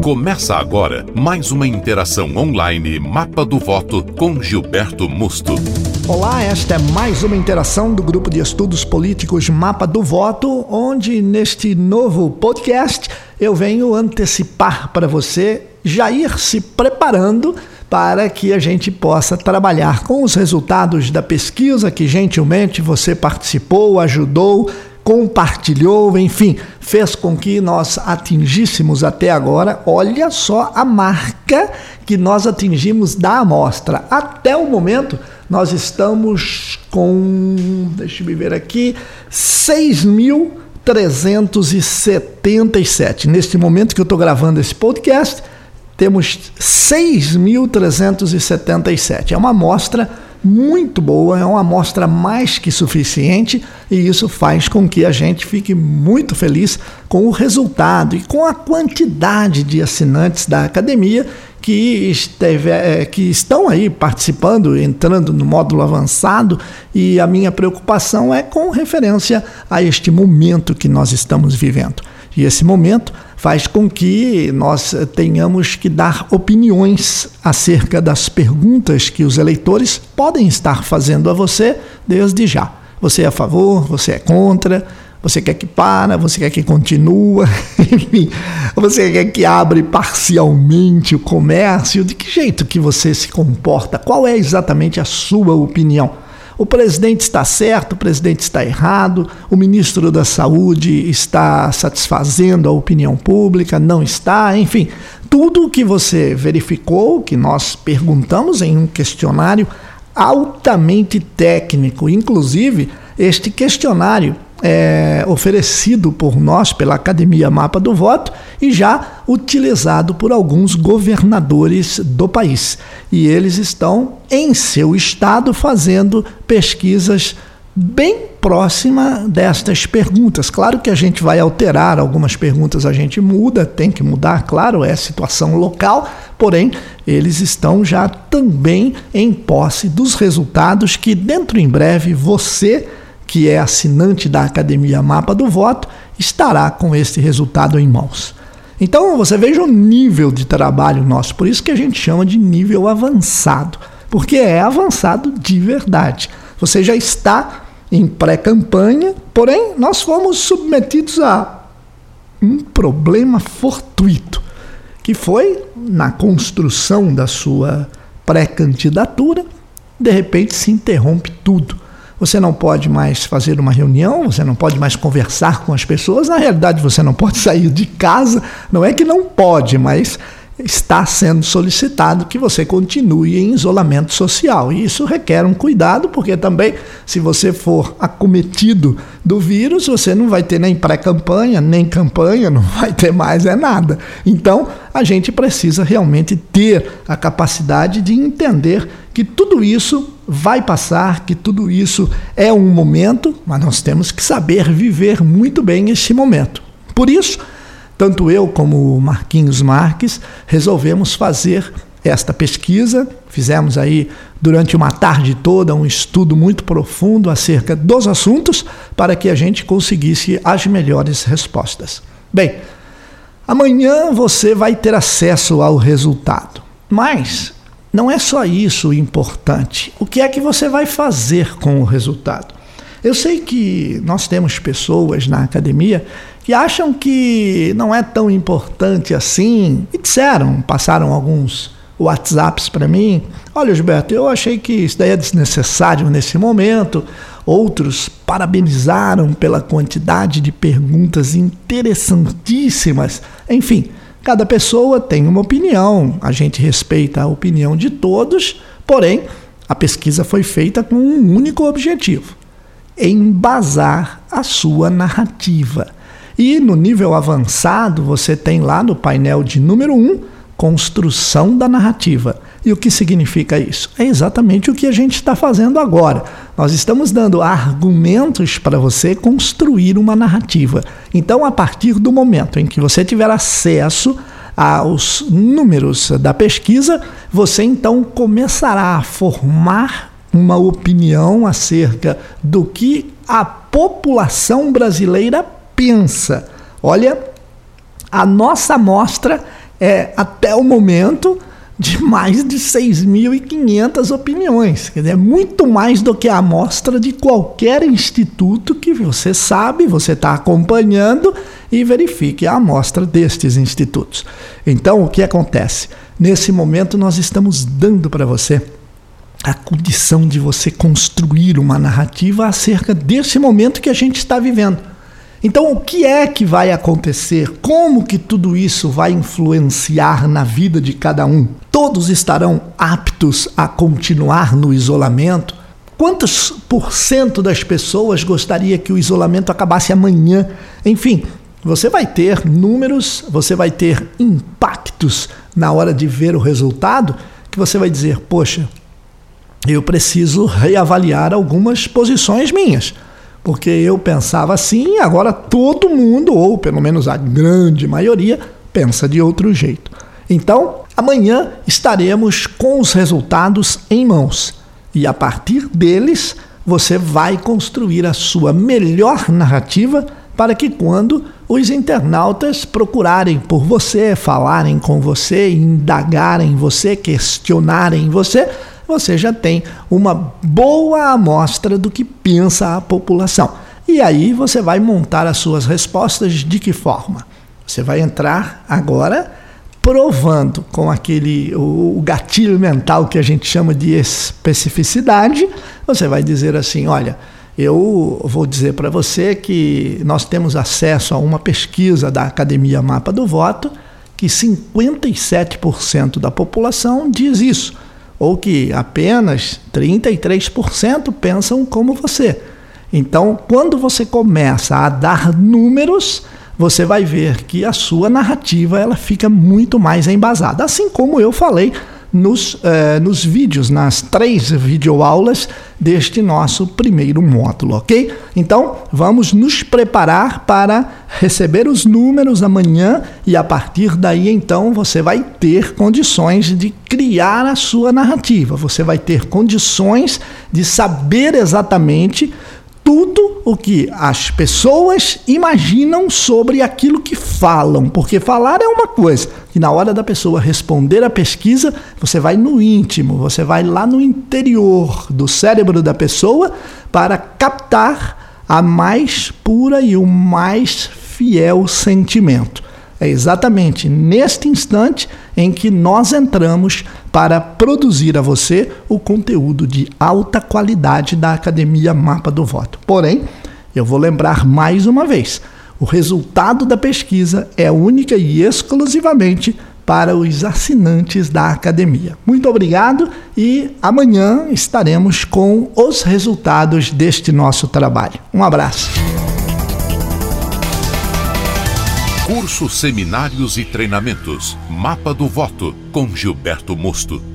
Começa agora mais uma interação online Mapa do Voto com Gilberto Musto. Olá, esta é mais uma interação do Grupo de Estudos Políticos Mapa do Voto, onde neste novo podcast eu venho antecipar para você já ir se preparando para que a gente possa trabalhar com os resultados da pesquisa que gentilmente você participou, ajudou, compartilhou, enfim, fez com que nós atingíssemos até agora, olha só a marca que nós atingimos da amostra. Até o momento, nós estamos com, deixa eu ver aqui, 6.377. Neste momento que eu estou gravando esse podcast, temos 6.377. É uma amostra muito boa, é uma amostra mais que suficiente e isso faz com que a gente fique muito feliz com o resultado e com a quantidade de assinantes da academia que estão aí participando, entrando no módulo avançado, e a minha preocupação é com referência a este momento que nós estamos vivendo. E esse momento faz com que nós tenhamos que dar opiniões acerca das perguntas que os eleitores podem estar fazendo a você desde já. Você é a favor, você é contra, você quer que para, você quer que continua, enfim, você quer que abre parcialmente o comércio, de que jeito que você se comporta, qual é exatamente a sua opinião? O presidente está certo, o presidente está errado, o ministro da Saúde está satisfazendo a opinião pública, não está, enfim, tudo o que você verificou, que nós perguntamos em um questionário altamente técnico, inclusive este questionário é oferecido por nós pela Academia Mapa do Voto e já utilizado por alguns governadores do país. E eles estão em seu estado fazendo pesquisas bem próxima destas perguntas. Claro que a gente vai alterar algumas perguntas, a gente muda, tem que mudar, claro, é situação local, porém eles estão já também em posse dos resultados que dentro em breve você, que é assinante da Academia Mapa do Voto, estará com esse resultado em mãos. Então você veja o nível de trabalho nosso, por isso que a gente chama de nível avançado, porque é avançado de verdade. Você já está em pré-campanha, porém nós fomos submetidos a um problema fortuito, que foi na construção da sua pré-candidatura, de repente se interrompe tudo. Você não pode mais fazer uma reunião, você não pode mais conversar com as pessoas, na realidade você não pode sair de casa, não é que não pode, mas está sendo solicitado que você continue em isolamento social. E isso requer um cuidado, porque também, se você for acometido do vírus, você não vai ter nem pré-campanha, nem campanha, não vai ter mais nada. Então, a gente precisa realmente ter a capacidade de entender que tudo isso vai passar, que tudo isso é um momento, mas nós temos que saber viver muito bem esse momento. Por isso, tanto eu como o Marquinhos Marques resolvemos fazer esta pesquisa. Fizemos aí durante uma tarde toda um estudo muito profundo acerca dos assuntos para que a gente conseguisse as melhores respostas. Bem, amanhã você vai ter acesso ao resultado, mas não é só isso o importante. O que é que você vai fazer com o resultado? Eu sei que nós temos pessoas na academia que acham que não é tão importante assim e passaram alguns WhatsApps para mim. Olha, Gilberto, eu achei que isso daí é desnecessário nesse momento. Outros parabenizaram pela quantidade de perguntas interessantíssimas. Enfim, cada pessoa tem uma opinião, a gente respeita a opinião de todos, porém, a pesquisa foi feita com um único objetivo: embasar a sua narrativa. E no nível avançado, você tem lá no painel de número 1, construção da narrativa. E o que significa isso? É exatamente o que a gente está fazendo agora. Nós estamos dando argumentos para você construir uma narrativa. Então, a partir do momento em que você tiver acesso aos números da pesquisa, você então começará a formar uma opinião acerca do que a população brasileira pensa. Olha, a nossa amostra até o momento, de mais de 6.500 opiniões. Quer dizer, é muito mais do que a amostra de qualquer instituto que você sabe, você está acompanhando e verifique a amostra destes institutos. Então, o que acontece? Nesse momento, nós estamos dando para você a condição de você construir uma narrativa acerca desse momento que a gente está vivendo. Então, o que é que vai acontecer? Como que tudo isso vai influenciar na vida de cada um? Todos estarão aptos a continuar no isolamento? Quantos % das pessoas gostaria que o isolamento acabasse amanhã? Enfim, você vai ter números, você vai ter impactos na hora de ver o resultado, que você vai dizer, poxa, eu preciso reavaliar algumas posições minhas. Porque eu pensava assim, agora todo mundo, ou pelo menos a grande maioria, pensa de outro jeito. Então, amanhã estaremos com os resultados em mãos. E a partir deles, você vai construir a sua melhor narrativa para que quando os internautas procurarem por você, falarem com você, indagarem você, questionarem você, você já tem uma boa amostra do que pensa a população. E aí você vai montar as suas respostas de que forma? Você vai entrar agora provando com o gatilho mental que a gente chama de especificidade. Você vai dizer assim, olha, eu vou dizer para você que nós temos acesso a uma pesquisa da Academia Mapa do Voto que 57% da população diz isso. Ou que apenas 33% pensam como você. Então, quando você começa a dar números, você vai ver que a sua narrativa ela fica muito mais embasada. Assim como eu falei nos vídeos, nas 3 videoaulas deste nosso primeiro módulo, ok? Então, vamos nos preparar para receber os números amanhã e a partir daí, então, você vai ter condições de criar a sua narrativa. Você vai ter condições de saber exatamente tudo o que as pessoas imaginam sobre aquilo que falam, porque falar é uma coisa, e na hora da pessoa responder a pesquisa, você vai no íntimo, você vai lá no interior do cérebro da pessoa para captar a mais pura e o mais fiel sentimento. É exatamente neste instante em que nós entramos para produzir a você o conteúdo de alta qualidade da Academia Mapa do Voto. Porém, eu vou lembrar mais uma vez, o resultado da pesquisa é única e exclusivamente para os assinantes da Academia. Muito obrigado e amanhã estaremos com os resultados deste nosso trabalho. Um abraço. Cursos, seminários e treinamentos. Mapa do Voto, com Gilberto Mosto.